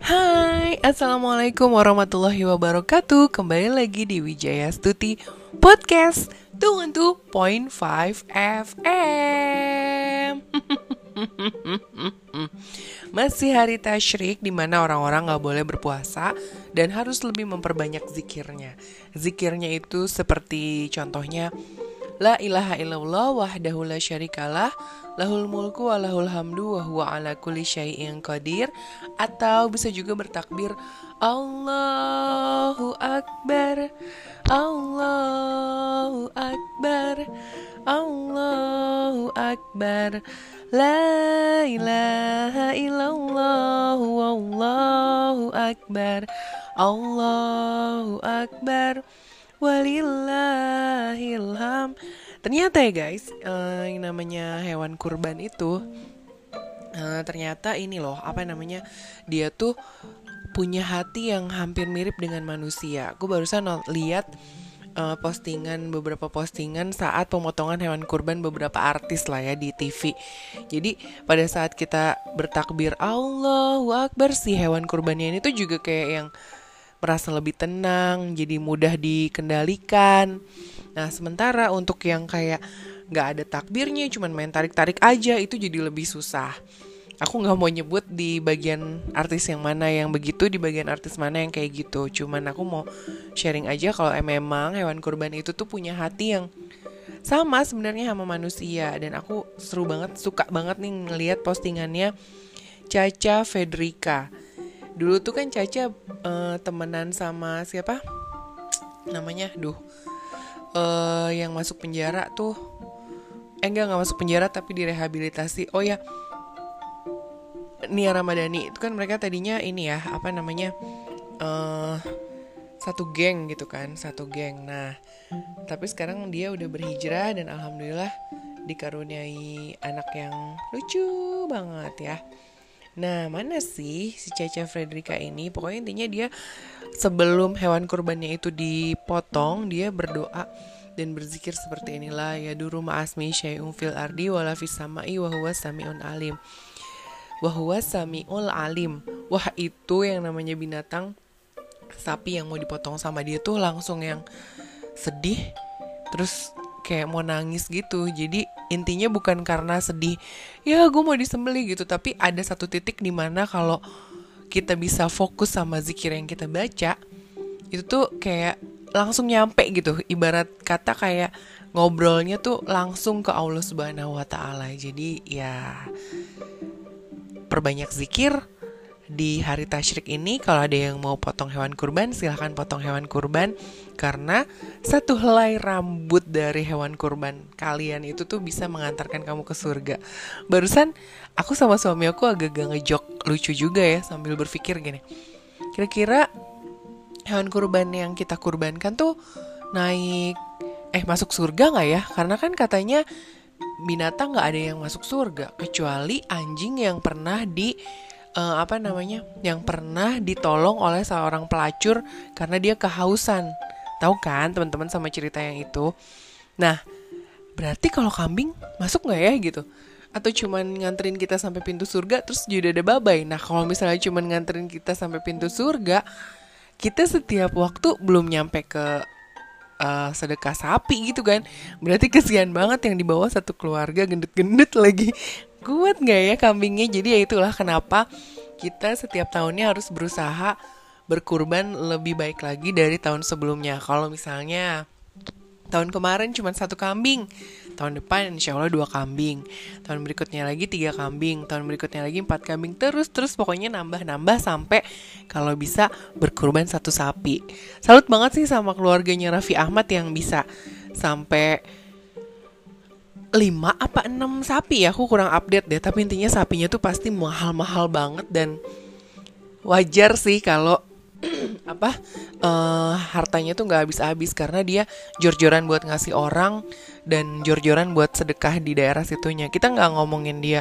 Hai, Assalamualaikum warahmatullahi wabarakatuh. Kembali lagi di Wijaya Stuti Podcast 212.5 FM. Masih hari tasyrik di mana orang-orang gak boleh berpuasa dan harus lebih memperbanyak zikirnya. Zikirnya itu seperti contohnya La ilaha illallah wahdahu la syarikalah lahul mulku wa lahul hamdu wa huwa ala kulli syai'in qadir. Atau bisa juga bertakbir Allahu Akbar, Allahu Akbar, Allahu Akbar, La ilaha illallah wallahu akbar, Allahu Akbar, walillahilham. Ternyata ya guys, yang namanya hewan kurban itu ternyata ini loh, dia tuh punya hati yang hampir mirip dengan manusia. Aku barusan lihat beberapa postingan saat pemotongan hewan kurban beberapa artis lah ya di TV. Jadi pada saat kita bertakbir Allahu Akbar, si hewan kurbannya ini tuh juga kayak yang merasa lebih tenang, jadi mudah dikendalikan. Nah sementara untuk yang kayak gak ada takbirnya, cuman main tarik-tarik aja, itu jadi lebih susah. Aku gak mau nyebut di bagian artis yang mana yang begitu, di bagian artis mana yang kayak gitu. Cuman aku mau sharing aja kalau memang hewan kurban itu tuh punya hati yang sama sebenarnya sama manusia. Dan aku suka banget nih ngelihat postingannya Caca Fredrika. Dulu tuh kan Caca temenan sama siapa? Namanya, yang masuk penjara tuh. Enggak masuk penjara tapi direhabilitasi. Oh ya, Nia Ramadhani. Itu kan mereka tadinya ini ya, satu geng gitu kan, satu geng. Nah, tapi sekarang dia udah berhijrah dan alhamdulillah dikaruniai anak yang lucu banget ya. Nah, mana sih si Caca Fredrika ini? Pokoknya intinya dia sebelum hewan kurbannya itu dipotong, dia berdoa dan berzikir seperti inilah, ya duru ma'asmi syai'un fil ardi wala fis sama'i wa huwa sami'un alim. Wa huwa sami'ul alim. Wah, itu yang namanya binatang sapi yang mau dipotong sama dia tuh langsung yang sedih, terus kayak mau nangis gitu. Jadi intinya bukan karena sedih, ya gue mau disembelih gitu, tapi ada satu titik di mana kalau kita bisa fokus sama zikir yang kita baca, itu tuh kayak langsung nyampe gitu. Ibarat kata kayak ngobrolnya tuh langsung ke Allah Subhanahu wa Ta'ala. Jadi ya perbanyak zikir di hari tasyrik ini. Kalau ada yang mau potong hewan kurban, silahkan potong hewan kurban, karena satu helai rambut dari hewan kurban kalian itu tuh bisa mengantarkan kamu ke surga. Barusan aku sama suami aku agak-agak ngejok lucu juga ya, sambil berpikir gini, kira-kira hewan kurban yang kita kurbankan tuh masuk surga gak ya? Karena kan katanya binatang gak ada yang masuk surga kecuali anjing yang pernah yang pernah ditolong oleh seorang pelacur karena dia kehausan. Tahu kan teman-teman sama cerita yang itu? Nah, berarti kalau kambing masuk nggak ya gitu? Atau cuman nganterin kita sampai pintu surga terus juga ada babai? Nah, kalau misalnya cuman nganterin kita sampai pintu surga, kita setiap waktu belum nyampe ke sedekah sapi gitu kan. Berarti kesian banget yang dibawa satu keluarga gendut-gendut lagi. Kuat gak ya kambingnya? Jadi ya itulah kenapa kita setiap tahunnya harus berusaha berkurban lebih baik lagi dari tahun sebelumnya. Kalau misalnya tahun kemarin cuma 1 kambing, tahun depan insya Allah 2 kambing, tahun berikutnya lagi 3 kambing, tahun berikutnya lagi 4 kambing, terus pokoknya nambah sampai kalau bisa berkurban 1 sapi. Salut banget sih sama keluarganya Raffi Ahmad yang bisa sampai 5 apa 6 sapi ya, aku kurang update deh. Tapi intinya sapinya tuh pasti mahal-mahal banget. Dan wajar sih kalau hartanya tuh gak habis-habis, karena dia jor-joran buat ngasih orang dan jor-joran buat sedekah di daerah situnya. Kita gak ngomongin dia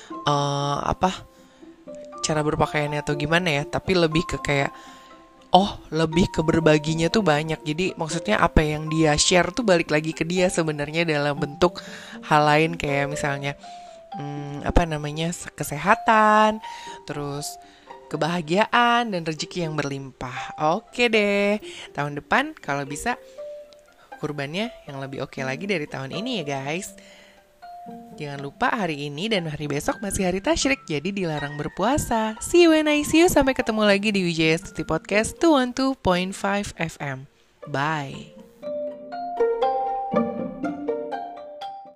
cara berpakaiannya atau gimana ya, tapi lebih ke kayak lebih ke berbaginya tuh banyak. Jadi maksudnya apa yang dia share tuh balik lagi ke dia sebenarnya dalam bentuk hal lain, kayak misalnya kesehatan, terus kebahagiaan dan rezeki yang berlimpah. Oke deh, tahun depan kalau bisa kurbannya yang lebih oke lagi dari tahun ini ya guys. Jangan lupa hari ini dan hari besok masih hari tasyrik, jadi dilarang berpuasa. See you and I see you. Sampai ketemu lagi di Wijaya Stuti Podcast 212.5 FM. Bye.